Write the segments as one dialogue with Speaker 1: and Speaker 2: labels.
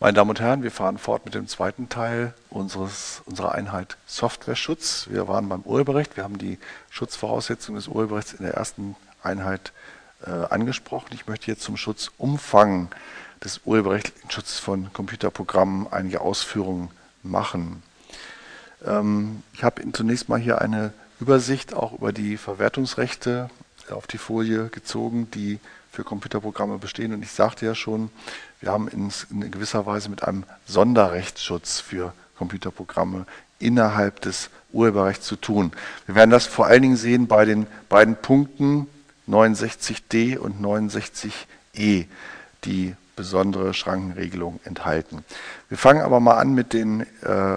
Speaker 1: Meine Damen und Herren, wir fahren fort mit dem zweiten Teil unserer Einheit Softwareschutz. Wir waren beim Urheberrecht. Wir haben die Schutzvoraussetzungen des Urheberrechts in der ersten Einheit angesprochen. Ich möchte jetzt zum Schutzumfang des urheberrechtlichen Schutzes von Computerprogrammen einige Ausführungen machen. Ich habe Ihnen zunächst mal hier eine Übersicht auch über die Verwertungsrechte auf die Folie gezogen, die für Computerprogramme bestehen. Und ich sagte ja schon, wir haben in gewisser Weise mit einem Sonderrechtsschutz für Computerprogramme innerhalb des Urheberrechts zu tun. Wir werden das vor allen Dingen sehen bei den beiden Punkten 69d und 69e, die besondere Schrankenregelungen enthalten. Wir fangen aber mal an mit den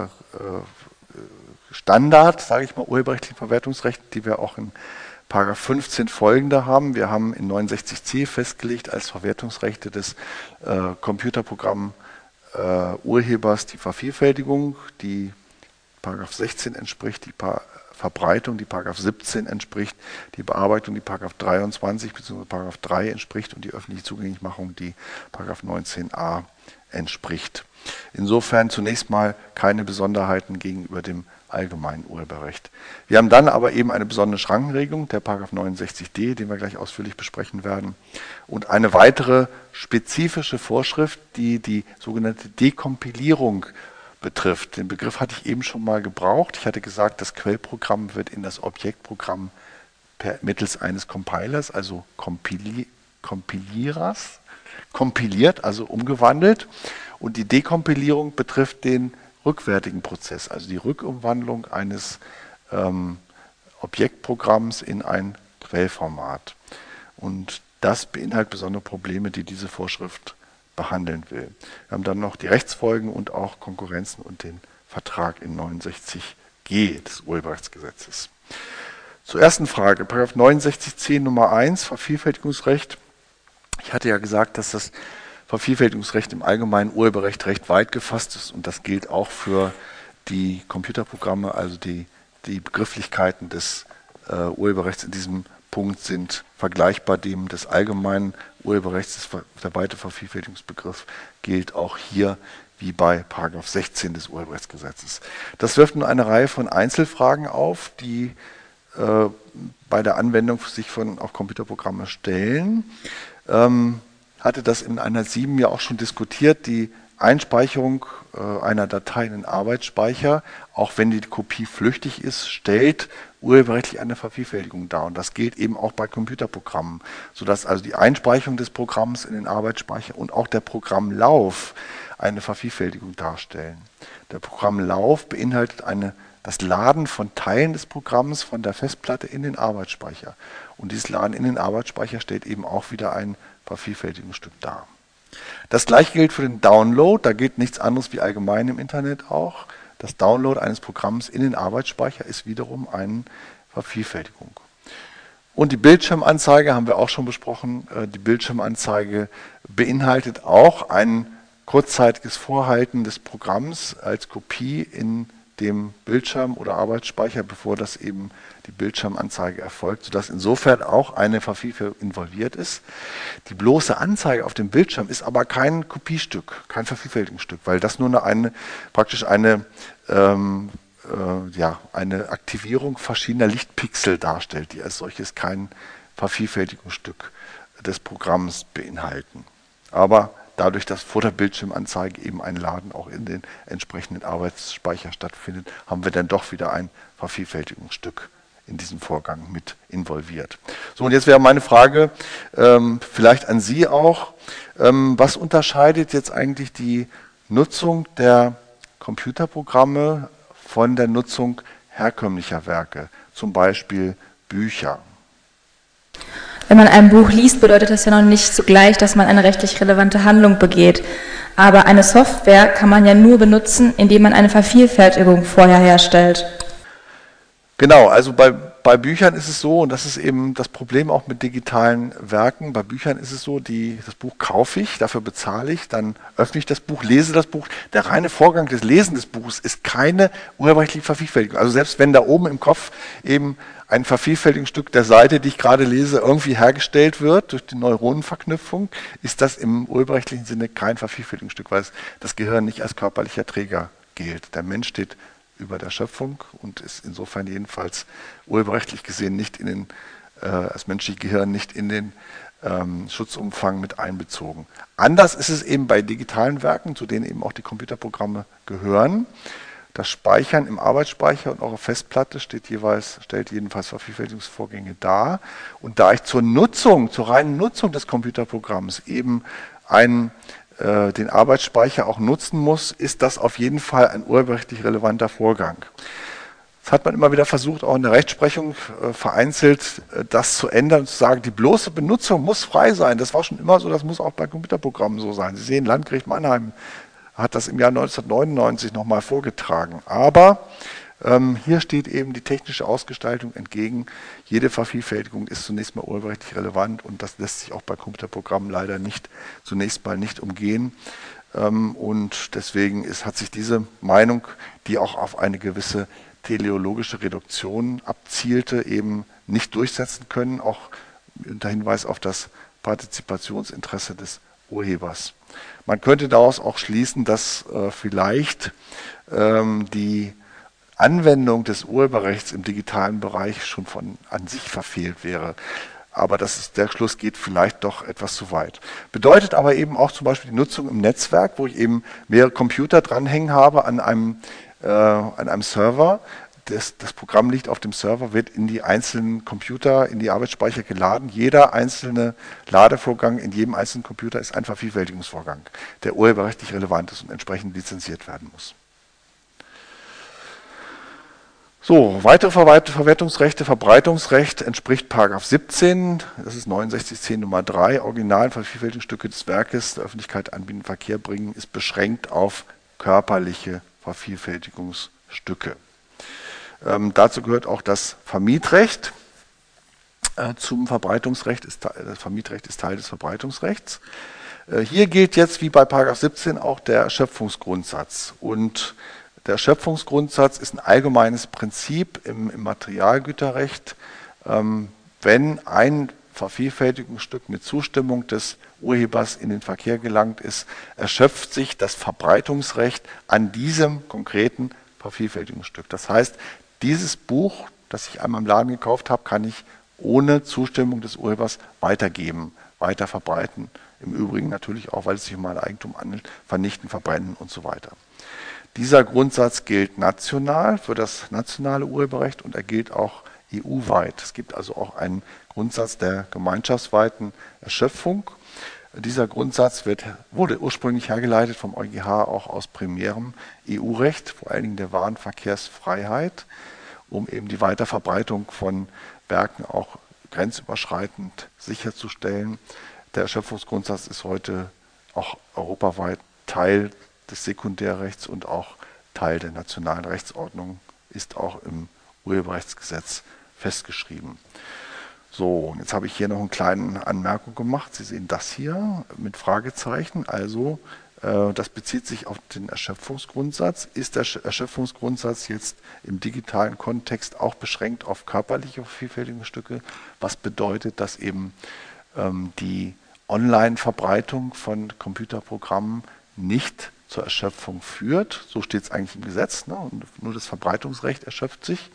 Speaker 1: Standard, sage ich mal, urheberrechtlichen Verwertungsrechten, die wir auch in § 15 folgende haben. Wir haben in 69c festgelegt als Verwertungsrechte des Computerprogramm-Urhebers die Vervielfältigung, die § 16 entspricht, die Verbreitung, die § 17 entspricht, die Bearbeitung, die § 23 bzw. § 3 entspricht und die öffentliche Zugänglichmachung, die § 19a entspricht. Insofern zunächst mal keine Besonderheiten gegenüber dem allgemeinen Urheberrecht. Wir haben dann aber eben eine besondere Schrankenregelung, der § 69d, den wir gleich ausführlich besprechen werden, und eine weitere spezifische Vorschrift, die die sogenannte Dekompilierung betrifft. Den Begriff hatte ich eben schon mal gebraucht. Ich hatte gesagt, das Quellprogramm wird in das Objektprogramm mittels eines Compilers, also kompiliert, also umgewandelt. Und die Dekompilierung betrifft den rückwärtigen Prozess, also die Rückumwandlung eines Objektprogramms in ein Quellformat. Und das beinhaltet besondere Probleme, die diese Vorschrift behandeln will. Wir haben dann noch die Rechtsfolgen und auch Konkurrenzen und den Vertrag in 69g des Urheberrechtsgesetzes. Zur ersten Frage, § 69c Nummer 1, Vervielfältigungsrecht. Ich hatte ja gesagt, dass das Vervielfältigungsrecht im allgemeinen Urheberrecht recht weit gefasst ist und das gilt auch für die Computerprogramme, also die Begrifflichkeiten des Urheberrechts in diesem Punkt sind vergleichbar dem des allgemeinen Urheberrechts. Der weite Vervielfältigungsbegriff gilt auch hier wie bei § 16 des Urheberrechtsgesetzes. Das wirft nun eine Reihe von Einzelfragen auf, die bei der Anwendung sich auf Computerprogramme stellen. Hatte das in Einheit 7 ja auch schon diskutiert, die Einspeicherung einer Datei in den Arbeitsspeicher, auch wenn die Kopie flüchtig ist, stellt urheberrechtlich eine Vervielfältigung dar. Und das gilt eben auch bei Computerprogrammen, sodass also die Einspeicherung des Programms in den Arbeitsspeicher und auch der Programmlauf eine Vervielfältigung darstellen. Der Programmlauf beinhaltet das Laden von Teilen des Programms von der Festplatte in den Arbeitsspeicher. Und dieses Laden in den Arbeitsspeicher stellt eben auch wieder ein Vervielfältigungsstück dar. Das gleiche gilt für den Download, da gilt nichts anderes wie allgemein im Internet auch. Das Download eines Programms in den Arbeitsspeicher ist wiederum eine Vervielfältigung. Und die Bildschirmanzeige haben wir auch schon besprochen. Die Bildschirmanzeige beinhaltet auch ein kurzzeitiges Vorhalten des Programms als Kopie in dem Bildschirm oder Arbeitsspeicher, bevor das eben die Bildschirmanzeige erfolgt, sodass insofern auch eine Vervielfältigung involviert ist. Die bloße Anzeige auf dem Bildschirm ist aber kein Kopiestück, kein Vervielfältigungsstück, weil das nur praktisch eine Aktivierung verschiedener Lichtpixel darstellt, die als solches kein Vervielfältigungsstück des Programms beinhalten. Aber dadurch, dass vor der Bildschirmanzeige eben ein Laden auch in den entsprechenden Arbeitsspeicher stattfindet, haben wir dann doch wieder ein Vervielfältigungsstück in diesem Vorgang mit involviert. So, und jetzt wäre meine Frage, vielleicht an Sie auch, was unterscheidet jetzt eigentlich die Nutzung der Computerprogramme von der Nutzung herkömmlicher Werke, zum Beispiel Bücher?
Speaker 2: Wenn man ein Buch liest, bedeutet das ja noch nicht zugleich, dass man eine rechtlich relevante Handlung begeht. Aber eine Software kann man ja nur benutzen, indem man eine Vervielfältigung vorher herstellt.
Speaker 1: Genau, also bei Bei Büchern ist es so, und das ist eben das Problem auch mit digitalen Werken, bei Büchern ist es so, das Buch kaufe ich, dafür bezahle ich, dann öffne ich das Buch, lese das Buch. Der reine Vorgang des Lesens des Buches ist keine urheberrechtliche Vervielfältigung. Also selbst wenn da oben im Kopf eben ein Vervielfältigungsstück der Seite, die ich gerade lese, irgendwie hergestellt wird durch die Neuronenverknüpfung, ist das im urheberrechtlichen Sinne kein Vervielfältigungsstück, weil das Gehirn nicht als körperlicher Träger gilt. Der Mensch steht über der Schöpfung und ist insofern jedenfalls urheberrechtlich gesehen nicht das menschliche Gehirn nicht in den Schutzumfang mit einbezogen. Anders ist es eben bei digitalen Werken, zu denen eben auch die Computerprogramme gehören. Das Speichern im Arbeitsspeicher und auch auf Festplatte stellt jedenfalls Vervielfältigungsvorgänge dar. Und da ich zur reinen Nutzung des Computerprogramms eben den Arbeitsspeicher auch nutzen muss, ist das auf jeden Fall ein urheberrechtlich relevanter Vorgang. Das hat man immer wieder versucht, auch in der Rechtsprechung vereinzelt das zu ändern und zu sagen, die bloße Benutzung muss frei sein. Das war schon immer so, das muss auch bei Computerprogrammen so sein. Sie sehen, Landgericht Mannheim hat das im Jahr 1999 nochmal vorgetragen. Aber hier steht eben die technische Ausgestaltung entgegen. Jede Vervielfältigung ist zunächst mal urheberrechtlich relevant und das lässt sich auch bei Computerprogrammen leider zunächst mal nicht umgehen. Und deswegen hat sich diese Meinung, die auch auf eine gewisse teleologische Reduktion abzielte, eben nicht durchsetzen können, auch unter Hinweis auf das Partizipationsinteresse des Urhebers. Man könnte daraus auch schließen, dass vielleicht die Anwendung des Urheberrechts im digitalen Bereich schon an sich verfehlt wäre. Aber der Schluss geht vielleicht doch etwas zu weit. Bedeutet aber eben auch zum Beispiel die Nutzung im Netzwerk, wo ich eben mehrere Computer dranhängen habe an einem Server. Das Programm liegt auf dem Server, wird in die einzelnen Computer, in die Arbeitsspeicher geladen. Jeder einzelne Ladevorgang in jedem einzelnen Computer ist ein Vervielfältigungsvorgang, der urheberrechtlich relevant ist und entsprechend lizenziert werden muss. So, weitere Verwertungsrechte, Verbreitungsrecht entspricht § 17, das ist 69.10 Nummer 3, Original Vervielfältigungsstücke des Werkes der Öffentlichkeit anbieten, Verkehr bringen, ist beschränkt auf körperliche Vervielfältigungsstücke. Dazu gehört auch das Vermietrecht zum Verbreitungsrecht. Das Vermietrecht ist Teil des Verbreitungsrechts. Hier gilt jetzt wie bei § 17 auch der Schöpfungsgrundsatz. Und der Schöpfungsgrundsatz ist ein allgemeines Prinzip im Materialgüterrecht. Wenn ein Vervielfältigungsstück mit Zustimmung des Urhebers in den Verkehr gelangt ist, erschöpft sich das Verbreitungsrecht an diesem konkreten Vervielfältigungsstück. Das heißt, dieses Buch, das ich einmal im Laden gekauft habe, kann ich ohne Zustimmung des Urhebers weitergeben, weiter verbreiten. Im Übrigen natürlich auch, weil es sich um ein Eigentum handelt, vernichten, verbrennen und so weiter. Dieser Grundsatz gilt national für das nationale Urheberrecht und er gilt auch EU-weit. Es gibt also auch einen Grundsatz der gemeinschaftsweiten Erschöpfung. Dieser Grundsatz wurde ursprünglich hergeleitet vom EuGH auch aus primärem EU-Recht, vor allen Dingen der Warenverkehrsfreiheit, um eben die Weiterverbreitung von Werken auch grenzüberschreitend sicherzustellen. Der Erschöpfungsgrundsatz ist heute auch europaweit Teil des Sekundärrechts und auch Teil der nationalen Rechtsordnung, ist auch im Urheberrechtsgesetz festgeschrieben. So, und jetzt habe ich hier noch eine kleine Anmerkung gemacht. Sie sehen das hier mit Fragezeichen. Also, das bezieht sich auf den Erschöpfungsgrundsatz. Ist der Erschöpfungsgrundsatz jetzt im digitalen Kontext auch beschränkt auf körperliche Vervielfältigungsstücke? Was bedeutet, dass eben die Online-Verbreitung von Computerprogrammen nicht zur Erschöpfung führt? So steht es eigentlich im Gesetz, ne? Und nur das Verbreitungsrecht erschöpft sich.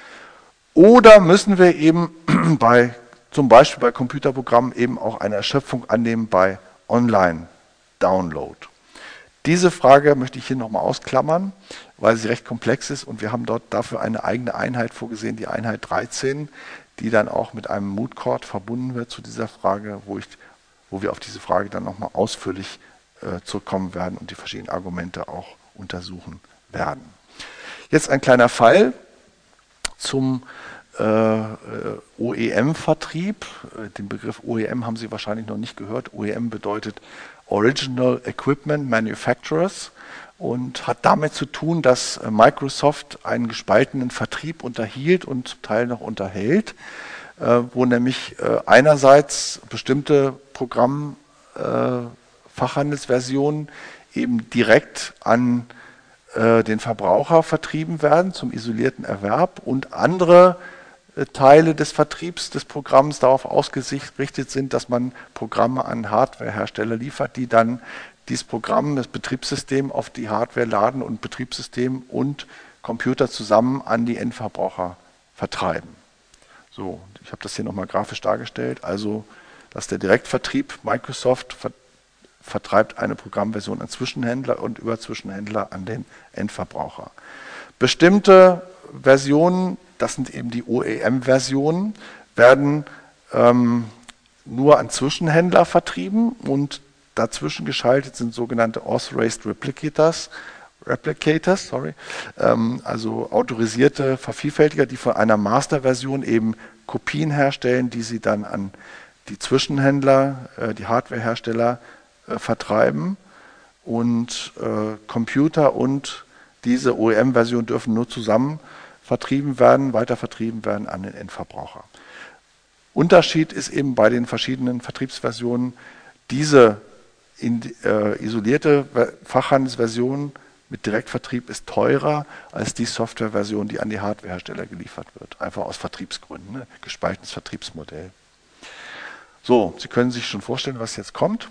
Speaker 1: Oder müssen wir eben zum Beispiel bei Computerprogrammen eben auch eine Erschöpfung annehmen bei Online-Download? Diese Frage möchte ich hier nochmal ausklammern, weil sie recht komplex ist und wir haben dort dafür eine eigene Einheit vorgesehen, die Einheit 13, die dann auch mit einem Moot Court verbunden wird zu dieser Frage, wo wir auf diese Frage dann nochmal ausführlich zurückkommen werden und die verschiedenen Argumente auch untersuchen werden. Jetzt ein kleiner Fall zum OEM-Vertrieb. Den Begriff OEM haben Sie wahrscheinlich noch nicht gehört. OEM bedeutet Original Equipment Manufacturers und hat damit zu tun, dass Microsoft einen gespaltenen Vertrieb unterhielt und zum Teil noch unterhält, wo nämlich einerseits bestimmte Fachhandelsversionen eben direkt an den Verbraucher vertrieben werden zum isolierten Erwerb und andere Teile des Vertriebs des Programms darauf ausgerichtet sind, dass man Programme an Hardwarehersteller liefert, die dann dieses Programm, das Betriebssystem auf die Hardware laden und Betriebssystem und Computer zusammen an die Endverbraucher vertreiben. So, ich habe das hier nochmal grafisch dargestellt. Also, dass der Direktvertrieb Microsoft vertreibt eine Programmversion an Zwischenhändler und über Zwischenhändler an den Endverbraucher. Bestimmte Versionen, das sind eben die OEM-Versionen, werden nur an Zwischenhändler vertrieben und dazwischen geschaltet sind sogenannte Authorized Replicators, also autorisierte Vervielfältiger, die von einer Master-Version eben Kopien herstellen, die sie dann an die Zwischenhändler, die Hardwarehersteller vertreiben. Und Computer und diese OEM-Version dürfen nur zusammen vertrieben werden, weiter vertrieben werden an den Endverbraucher. Unterschied ist eben bei den verschiedenen Vertriebsversionen, diese isolierte Fachhandelsversion mit Direktvertrieb ist teurer als die Softwareversion, die an die Hardwarehersteller geliefert wird. Einfach aus Vertriebsgründen, ne? Gespaltenes Vertriebsmodell. So, Sie können sich schon vorstellen, was jetzt kommt.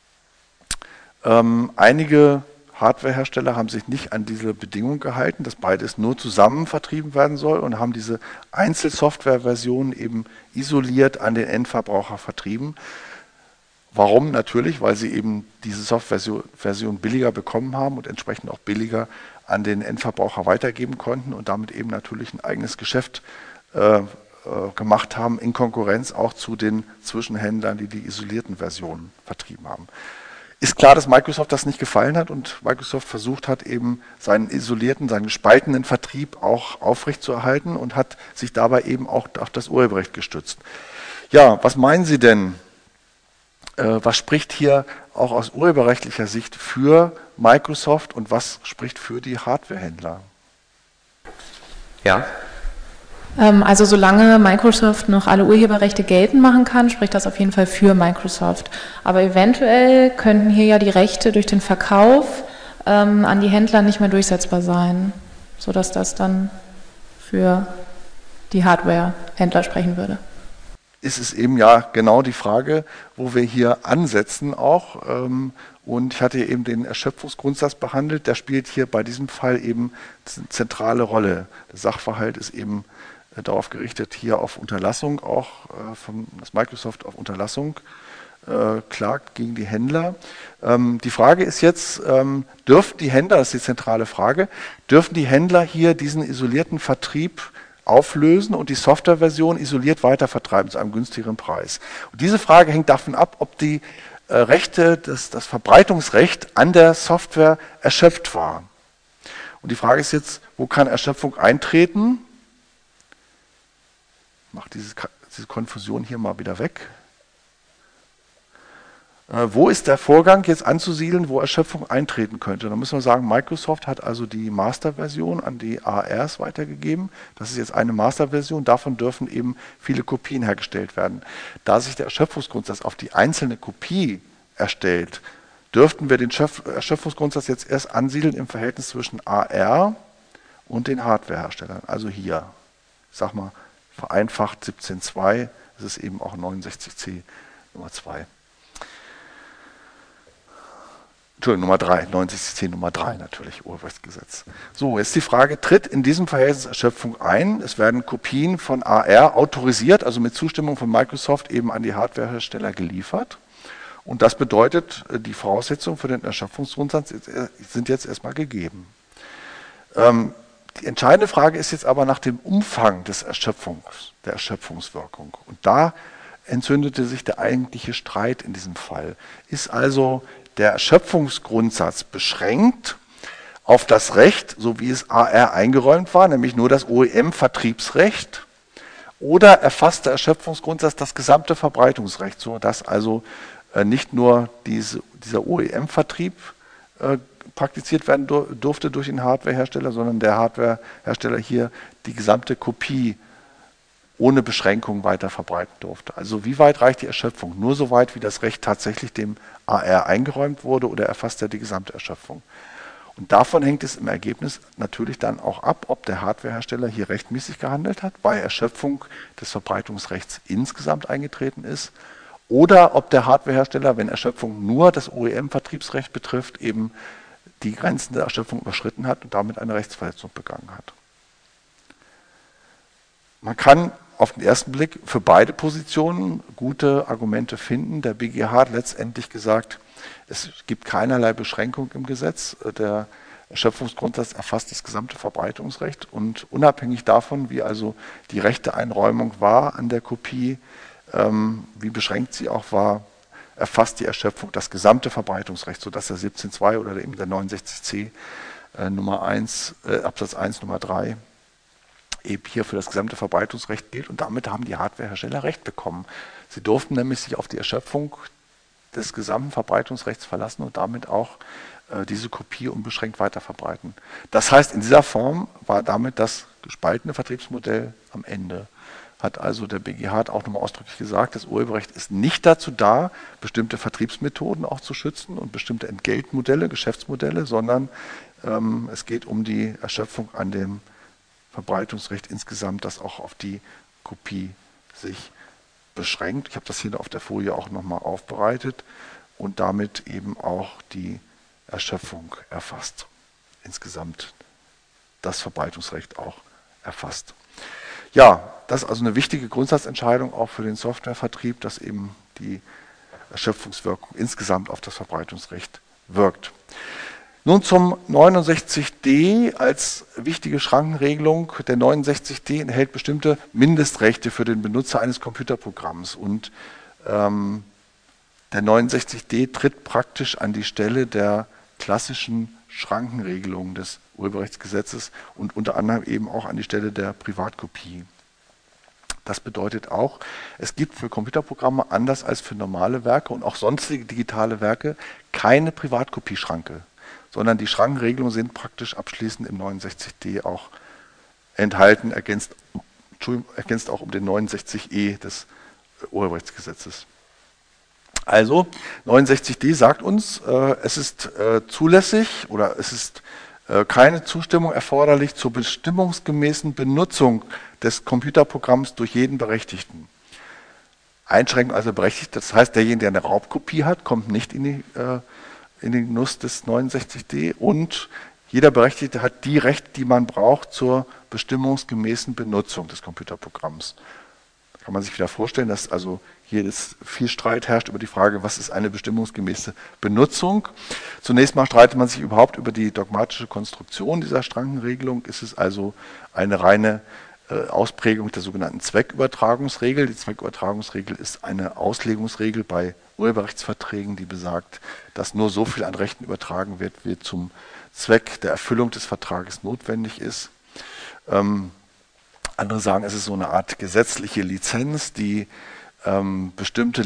Speaker 1: Einige Hardwarehersteller haben sich nicht an diese Bedingung gehalten, dass beides nur zusammen vertrieben werden soll und haben diese Einzelsoftwareversionen eben isoliert an den Endverbraucher vertrieben. Warum? Natürlich, weil sie eben diese Softwareversion billiger bekommen haben und entsprechend auch billiger an den Endverbraucher weitergeben konnten und damit eben natürlich ein eigenes Geschäft gemacht haben, in Konkurrenz auch zu den Zwischenhändlern, die die isolierten Versionen vertrieben haben. Ist klar, dass Microsoft das nicht gefallen hat und Microsoft versucht hat, eben seinen isolierten, seinen gespaltenen Vertrieb auch aufrechtzuerhalten und hat sich dabei eben auch auf das Urheberrecht gestützt. Ja, was meinen Sie denn? Was spricht hier auch aus urheberrechtlicher Sicht für Microsoft und was spricht für die Hardwarehändler?
Speaker 3: Ja.
Speaker 4: Also solange Microsoft noch alle Urheberrechte geltend machen kann, spricht das auf jeden Fall für Microsoft. Aber eventuell könnten hier ja die Rechte durch den Verkauf an die Händler nicht mehr durchsetzbar sein, sodass das dann für die Hardwarehändler sprechen würde.
Speaker 1: Ist es eben ja genau die Frage, wo wir hier ansetzen auch. Und ich hatte eben den Erschöpfungsgrundsatz behandelt, der spielt hier bei diesem Fall eben eine zentrale Rolle. Der Sachverhalt ist eben darauf gerichtet, hier auf Unterlassung auch, dass Microsoft auf Unterlassung klagt gegen die Händler. Die Frage ist jetzt, dürfen die Händler, das ist die zentrale Frage, dürfen die Händler hier diesen isolierten Vertrieb auflösen und die Softwareversion isoliert weiter vertreiben zu einem günstigeren Preis? Und diese Frage hängt davon ab, ob die Rechte, das Verbreitungsrecht an der Software erschöpft war. Und die Frage ist jetzt, wo kann Erschöpfung eintreten? Ich mache diese Konfusion hier mal wieder weg. Wo ist der Vorgang jetzt anzusiedeln, wo Erschöpfung eintreten könnte? Da müssen wir sagen, Microsoft hat also die Masterversion an die ARs weitergegeben. Das ist jetzt eine Masterversion, davon dürfen eben viele Kopien hergestellt werden. Da sich der Erschöpfungsgrundsatz auf die einzelne Kopie erstellt, dürften wir den Erschöpfungsgrundsatz jetzt erst ansiedeln im Verhältnis zwischen AR und den Hardwareherstellern. Also hier, ich sag mal, vereinfacht 17.2, das ist eben auch 69c Nummer 2. Entschuldigung, Nummer 3, 69c Nummer 3 natürlich, Urheberrechtsgesetz. So, jetzt die Frage, tritt in diesem Verhältnis Erschöpfung ein? Es werden Kopien von AR autorisiert, also mit Zustimmung von Microsoft eben an die Hardwarehersteller geliefert. Und das bedeutet, die Voraussetzungen für den Erschöpfungsgrundsatz sind jetzt erstmal gegeben. Die entscheidende Frage ist jetzt aber nach dem Umfang der Erschöpfungswirkung. Und da entzündete sich der eigentliche Streit in diesem Fall. Ist also der Erschöpfungsgrundsatz beschränkt auf das Recht, so wie es AR eingeräumt war, nämlich nur das OEM-Vertriebsrecht, Oder erfasst der Erschöpfungsgrundsatz das gesamte Verbreitungsrecht, sodass also nicht nur dieser OEM-Vertrieb praktiziert werden durfte durch den Hardwarehersteller, sondern der Hardwarehersteller hier die gesamte Kopie ohne Beschränkung weiter verbreiten durfte. Also wie weit reicht die Erschöpfung? Nur so weit, wie das Recht tatsächlich dem AR eingeräumt wurde, oder erfasst er die gesamte Erschöpfung? Und davon hängt es im Ergebnis natürlich dann auch ab, ob der Hardwarehersteller hier rechtmäßig gehandelt hat, bei Erschöpfung des Verbreitungsrechts insgesamt eingetreten ist, oder ob der Hardwarehersteller, wenn Erschöpfung nur das OEM-Vertriebsrecht betrifft, eben die Grenzen der Erschöpfung überschritten hat und damit eine Rechtsverletzung begangen hat. Man kann auf den ersten Blick für beide Positionen gute Argumente finden. Der BGH hat letztendlich gesagt, es gibt keinerlei Beschränkung im Gesetz. Der Erschöpfungsgrundsatz erfasst das gesamte Verbreitungsrecht und unabhängig davon, wie also die Rechteeinräumung war an der Kopie, wie beschränkt sie auch war, erfasst die Erschöpfung das gesamte Verbreitungsrecht, sodass der 17.2 oder eben der 69c Nummer 1, Absatz 1 Nummer 3 eben hier für das gesamte Verbreitungsrecht gilt, und damit haben die Hardwarehersteller Recht bekommen. Sie durften nämlich sich auf die Erschöpfung des gesamten Verbreitungsrechts verlassen und damit auch diese Kopie unbeschränkt weiter verbreiten. Das heißt, in dieser Form war damit das gespaltene Vertriebsmodell am Ende. Hat also der BGH auch nochmal ausdrücklich gesagt, das Urheberrecht ist nicht dazu da, bestimmte Vertriebsmethoden auch zu schützen und bestimmte Entgeltmodelle, Geschäftsmodelle, sondern es geht um die Erschöpfung an dem Verbreitungsrecht insgesamt, das auch auf die Kopie sich beschränkt. Ich habe das hier auf der Folie auch nochmal aufbereitet und damit eben auch die Erschöpfung erfasst. Insgesamt das Verbreitungsrecht auch erfasst. Ja, das ist also eine wichtige Grundsatzentscheidung auch für den Softwarevertrieb, dass eben die Erschöpfungswirkung insgesamt auf das Verbreitungsrecht wirkt. Nun zum 69d als wichtige Schrankenregelung. Der 69d enthält bestimmte Mindestrechte für den Benutzer eines Computerprogramms, und der 69d tritt praktisch an die Stelle der klassischen Schrankenregelung des Urheberrechtsgesetzes und unter anderem eben auch an die Stelle der Privatkopie. Das bedeutet auch, es gibt für Computerprogramme anders als für normale Werke und auch sonstige digitale Werke keine Privatkopieschranke, sondern die Schrankenregelungen sind praktisch abschließend im 69d auch enthalten, ergänzt auch um den 69e des Urheberrechtsgesetzes. Also 69d sagt uns, es ist zulässig oder es ist keine Zustimmung erforderlich zur bestimmungsgemäßen Benutzung des Computerprogramms durch jeden Berechtigten. Einschränkung also berechtigt, das heißt, derjenige, der eine Raubkopie hat, kommt nicht in den Genuss des 69d, und jeder Berechtigte hat die Rechte, die man braucht zur bestimmungsgemäßen Benutzung des Computerprogramms. Da kann man sich wieder vorstellen, dass also hier viel Streit herrscht über die Frage, was ist eine bestimmungsgemäße Benutzung. Zunächst mal streitet man sich überhaupt über die dogmatische Konstruktion dieser Schrankenregelung. Ist es also eine reine Ausprägung der sogenannten Zweckübertragungsregel. Die Zweckübertragungsregel ist eine Auslegungsregel bei Urheberrechtsverträgen, die besagt, dass nur so viel an Rechten übertragen wird, wie zum Zweck der Erfüllung des Vertrages notwendig ist. Andere sagen, es ist so eine Art gesetzliche Lizenz, die bestimmte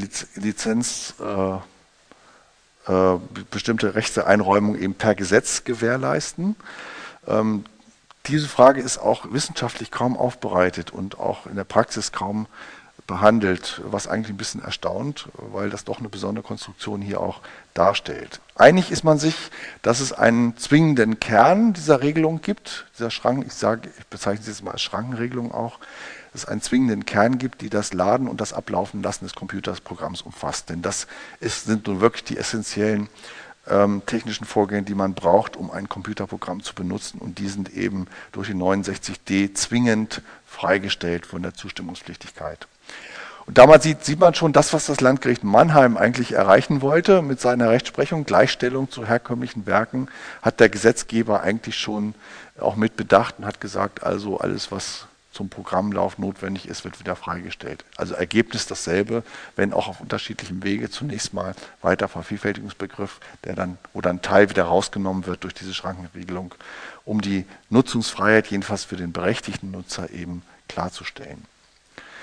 Speaker 1: bestimmte Rechtseinräumungen eben per Gesetz gewährleisten. Diese Frage ist auch wissenschaftlich kaum aufbereitet und auch in der Praxis kaum behandelt, was eigentlich ein bisschen erstaunt, weil das doch eine besondere Konstruktion hier auch darstellt. Einig ist man sich, dass es einen zwingenden Kern dieser Regelung gibt, dieser Schranken, ich bezeichne sie jetzt mal als Schrankenregelung auch, dass es einen zwingenden Kern gibt, die das Laden und das Ablaufen lassen des Computerprogramms umfasst. Denn das sind nun wirklich die essentiellen technischen Vorgänge, die man braucht, um ein Computerprogramm zu benutzen, und die sind eben durch den 69d zwingend freigestellt von der Zustimmungspflichtigkeit. Und damals sieht man schon das, was das Landgericht Mannheim eigentlich erreichen wollte mit seiner Rechtsprechung, Gleichstellung zu herkömmlichen Werken, hat der Gesetzgeber eigentlich schon auch mit bedacht und hat gesagt, also alles, was zum Programmlauf notwendig ist, wird wieder freigestellt. Also Ergebnis dasselbe, wenn auch auf unterschiedlichem Wege. Zunächst mal weiter Vervielfältigungsbegriff, wo dann Teil wieder rausgenommen wird durch diese Schrankenregelung, um die Nutzungsfreiheit jedenfalls für den berechtigten Nutzer eben klarzustellen.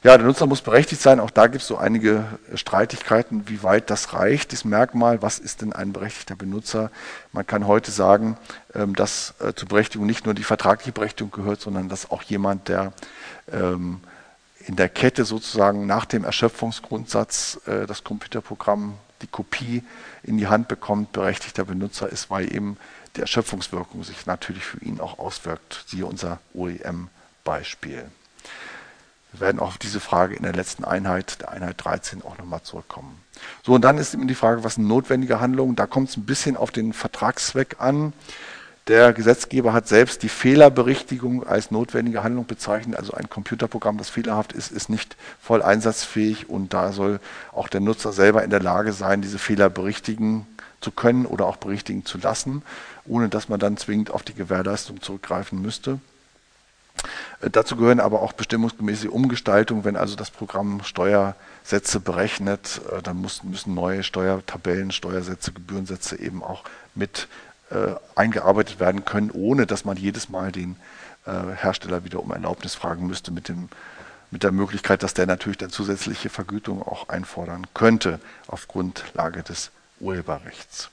Speaker 1: Ja, der Nutzer muss berechtigt sein. Auch da gibt es so einige Streitigkeiten, wie weit das reicht, dieses Merkmal. Was ist denn ein berechtigter Benutzer? Man kann heute sagen, dass zur Berechtigung nicht nur die vertragliche Berechtigung gehört, sondern dass auch jemand, der in der Kette sozusagen nach dem Erschöpfungsgrundsatz das Computerprogramm, die Kopie in die Hand bekommt, berechtigter Benutzer ist, weil eben die Erschöpfungswirkung sich natürlich für ihn auch auswirkt. Siehe unser OEM-Beispiel. Wir werden auch auf diese Frage in der letzten Einheit, der Einheit 13, auch nochmal zurückkommen. So, und dann ist eben die Frage, was sind notwendige Handlungen? Da kommt es ein bisschen auf den Vertragszweck an. Der Gesetzgeber hat selbst die Fehlerberichtigung als notwendige Handlung bezeichnet. Also ein Computerprogramm, das fehlerhaft ist, ist nicht voll einsatzfähig und da soll auch der Nutzer selber in der Lage sein, diese Fehler berichtigen zu können oder auch berichtigen zu lassen, ohne dass man dann zwingend auf die Gewährleistung zurückgreifen müsste. Dazu gehören aber auch bestimmungsgemäße Umgestaltungen. Wenn also das Programm Steuersätze berechnet, dann müssen neue Steuertabellen, Steuersätze, Gebührensätze eben auch mit eingearbeitet werden können, ohne dass man jedes Mal den Hersteller wieder um Erlaubnis fragen müsste, mit der Möglichkeit, dass der natürlich dann zusätzliche Vergütung auch einfordern könnte auf Grundlage des Urheberrechts.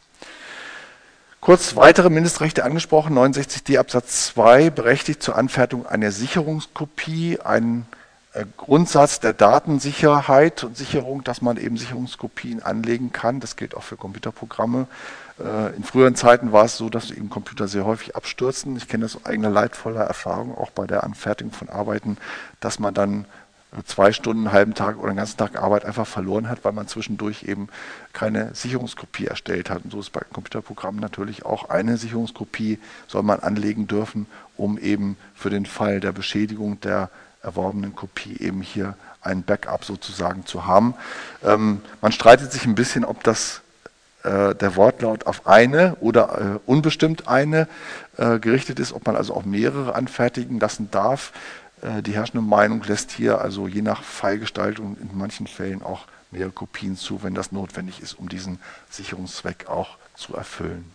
Speaker 1: Kurz weitere Mindestrechte angesprochen, 69d Absatz 2 berechtigt zur Anfertigung einer Sicherungskopie, ein Grundsatz der Datensicherheit und Sicherung, dass man eben Sicherungskopien anlegen kann. Das gilt auch für Computerprogramme. In früheren Zeiten war es so, dass eben Computer sehr häufig abstürzen. Ich kenne das aus eigener leidvoller Erfahrung, auch bei der Anfertigung von Arbeiten, dass man dann 2 Stunden, einen halben Tag oder einen ganzen Tag Arbeit einfach verloren hat, weil man zwischendurch eben keine Sicherungskopie erstellt hat. Und so ist bei Computerprogrammen natürlich auch eine Sicherungskopie soll man anlegen dürfen, um eben für den Fall der Beschädigung der erworbenen Kopie eben hier ein Backup sozusagen zu haben. Man streitet sich ein bisschen, ob das der Wortlaut auf eine oder unbestimmt eine gerichtet ist, ob man also auch mehrere anfertigen lassen darf. Die herrschende Meinung lässt hier also je nach Fallgestaltung in manchen Fällen auch mehrere Kopien zu, wenn das notwendig ist, um diesen Sicherungszweck auch zu erfüllen.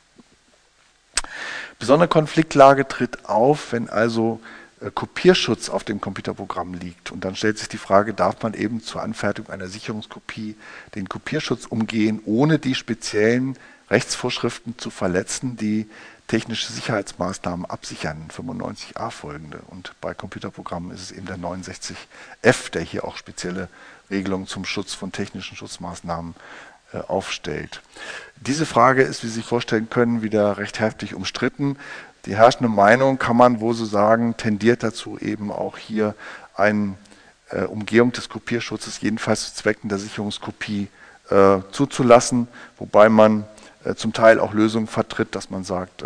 Speaker 1: Besondere Konfliktlage tritt auf, wenn also Kopierschutz auf dem Computerprogramm liegt. Und dann stellt sich die Frage, darf man eben zur Anfertigung einer Sicherungskopie den Kopierschutz umgehen, ohne die speziellen Rechtsvorschriften zu verletzen, die technische Sicherheitsmaßnahmen absichern, 95a folgende. Und bei Computerprogrammen ist es eben der 69f, der hier auch spezielle Regelungen zum Schutz von technischen Schutzmaßnahmen aufstellt. Diese Frage ist, wie Sie sich vorstellen können, wieder recht heftig umstritten. Die herrschende Meinung, kann man wohl so sagen, tendiert dazu, eben auch hier eine Umgehung des Kopierschutzes, jedenfalls zu Zwecken der Sicherungskopie, zuzulassen, wobei man zum Teil auch Lösungen vertritt, dass man sagt,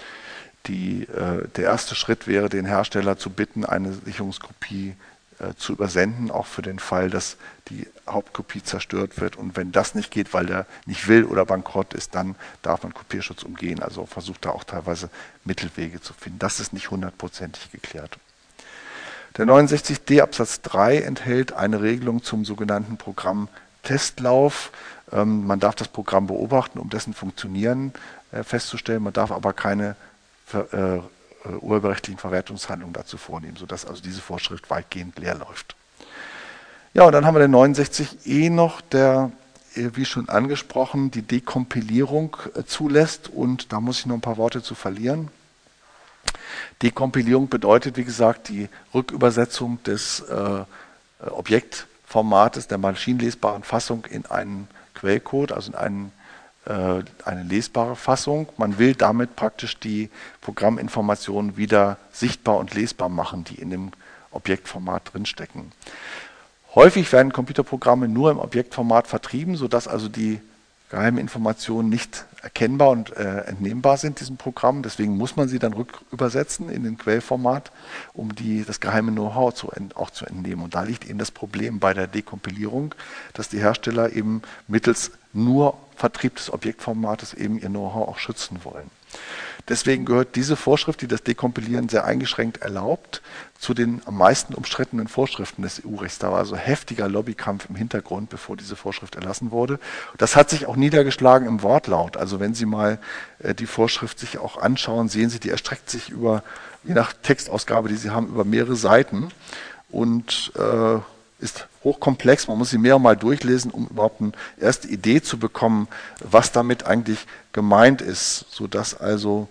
Speaker 1: der erste Schritt wäre, den Hersteller zu bitten, eine Sicherungskopie zu übersenden, auch für den Fall, dass die Hauptkopie zerstört wird. Und wenn das nicht geht, weil der nicht will oder bankrott ist, dann darf man Kopierschutz umgehen. Also versucht da auch teilweise Mittelwege zu finden. Das ist nicht 100%ig geklärt. Der 69d Absatz 3 enthält eine Regelung zum sogenannten Programmtestlauf. Man darf das Programm beobachten, um dessen Funktionieren festzustellen. Man darf aber keine urheberrechtlichen Verwertungshandlungen dazu vornehmen, sodass also diese Vorschrift weitgehend leer läuft. Ja, und dann haben wir den 69e noch, der, wie schon angesprochen, die Dekompilierung zulässt. Und da muss ich noch ein paar Worte zu verlieren. Dekompilierung bedeutet, wie gesagt, die Rückübersetzung des Objektformates der maschinenlesbaren Fassung in einen Quellcode, also in eine lesbare Fassung. Man will damit praktisch die Programminformationen wieder sichtbar und lesbar machen, die in dem Objektformat drinstecken. Häufig werden Computerprogramme nur im Objektformat vertrieben, sodass also die geheimen Informationen nicht erkennbar und entnehmbar sind, diesem Programm. Deswegen muss man sie dann rückübersetzen in den Quellformat, um das geheime Know-how auch zu entnehmen. Und da liegt eben das Problem bei der Dekompilierung, dass die Hersteller eben mittels nur Vertrieb des Objektformates eben ihr Know-how auch schützen wollen. Deswegen gehört diese Vorschrift, die das Dekompilieren sehr eingeschränkt erlaubt, zu den am meisten umstrittenen Vorschriften des EU-Rechts. Da war also heftiger Lobbykampf im Hintergrund, bevor diese Vorschrift erlassen wurde. Das hat sich auch niedergeschlagen im Wortlaut. Also wenn Sie mal die Vorschrift sich auch anschauen, sehen Sie, die erstreckt sich über, je nach Textausgabe, die Sie haben, über mehrere Seiten. Und ist hochkomplex, man muss sie mehrmal durchlesen, um überhaupt eine erste Idee zu bekommen, was damit eigentlich gemeint ist, sodass also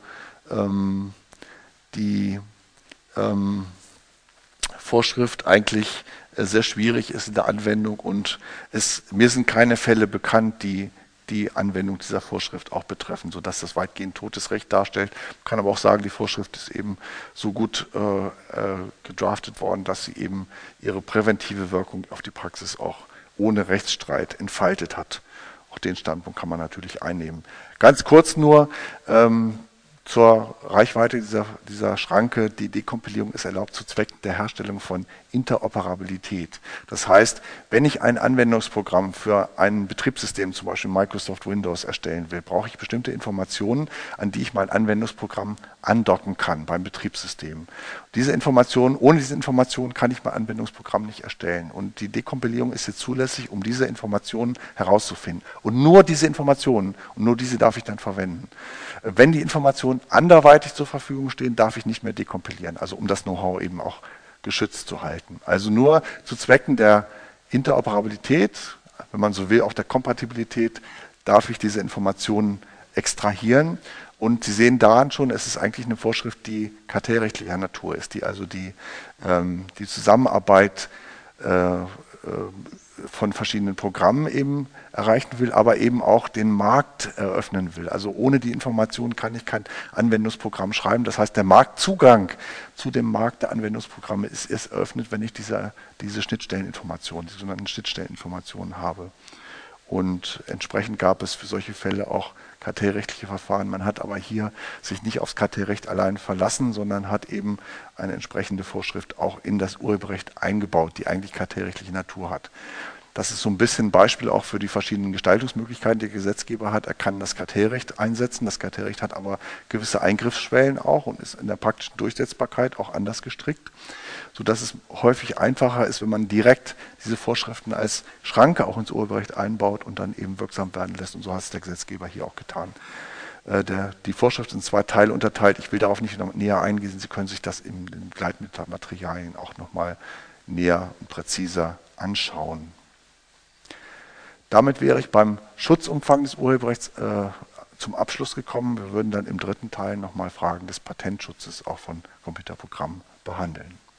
Speaker 1: die Vorschrift eigentlich sehr schwierig ist in der Anwendung und mir sind keine Fälle bekannt, die die Anwendung dieser Vorschrift auch betreffen, sodass das weitgehend totes Recht darstellt. Man kann aber auch sagen, die Vorschrift ist eben so gut gedraftet worden, dass sie eben ihre präventive Wirkung auf die Praxis auch ohne Rechtsstreit entfaltet hat. Auch den Standpunkt kann man natürlich einnehmen. Ganz kurz nur zur Reichweite dieser Schranke. Die Dekompilierung ist erlaubt zu Zwecken der Herstellung von Interoperabilität. Das heißt, wenn ich ein Anwendungsprogramm für ein Betriebssystem, zum Beispiel Microsoft Windows, erstellen will, brauche ich bestimmte Informationen, an die ich mein Anwendungsprogramm andocken kann beim Betriebssystem. Ohne diese Informationen kann ich mein Anwendungsprogramm nicht erstellen. Und die Dekompilierung ist jetzt zulässig, um diese Informationen herauszufinden. Und nur diese Informationen, und nur diese darf ich dann verwenden. Wenn die Informationen anderweitig zur Verfügung stehen, darf ich nicht mehr dekompilieren, also um das Know-how eben auch geschützt zu halten. Also nur zu Zwecken der Interoperabilität, wenn man so will, auch der Kompatibilität, darf ich diese Informationen extrahieren. Und Sie sehen daran schon, es ist eigentlich eine Vorschrift, die kartellrechtlicher Natur ist, die also die Zusammenarbeit von verschiedenen Programmen eben erreichen will, aber eben auch den Markt eröffnen will. Also ohne die Information kann ich kein Anwendungsprogramm schreiben. Das heißt, der Marktzugang zu dem Markt der Anwendungsprogramme ist erst eröffnet, wenn ich diese Schnittstelleninformationen, die sogenannten Schnittstelleninformationen habe. Und entsprechend gab es für solche Fälle auch kartellrechtliche Verfahren. Man hat aber hier sich nicht aufs Kartellrecht allein verlassen, sondern hat eben eine entsprechende Vorschrift auch in das Urheberrecht eingebaut, die eigentlich kartellrechtliche Natur hat. Das ist so ein bisschen ein Beispiel auch für die verschiedenen Gestaltungsmöglichkeiten, die der Gesetzgeber hat. Er kann das Kartellrecht einsetzen. Das Kartellrecht hat aber gewisse Eingriffsschwellen auch und ist in der praktischen Durchsetzbarkeit auch anders gestrickt, sodass es häufig einfacher ist, wenn man direkt diese Vorschriften als Schranke auch ins Urheberrecht einbaut und dann eben wirksam werden lässt. Und so hat es der Gesetzgeber hier auch getan. Die Vorschrift ist in 2 Teile unterteilt. Ich will darauf nicht näher eingehen. Sie können sich das in den Begleitmaterialien auch nochmal näher und präziser anschauen. Damit wäre ich beim Schutzumfang des Urheberrechts zum Abschluss gekommen. Wir würden dann im 3. Teil nochmal Fragen des Patentschutzes auch von Computerprogrammen behandeln.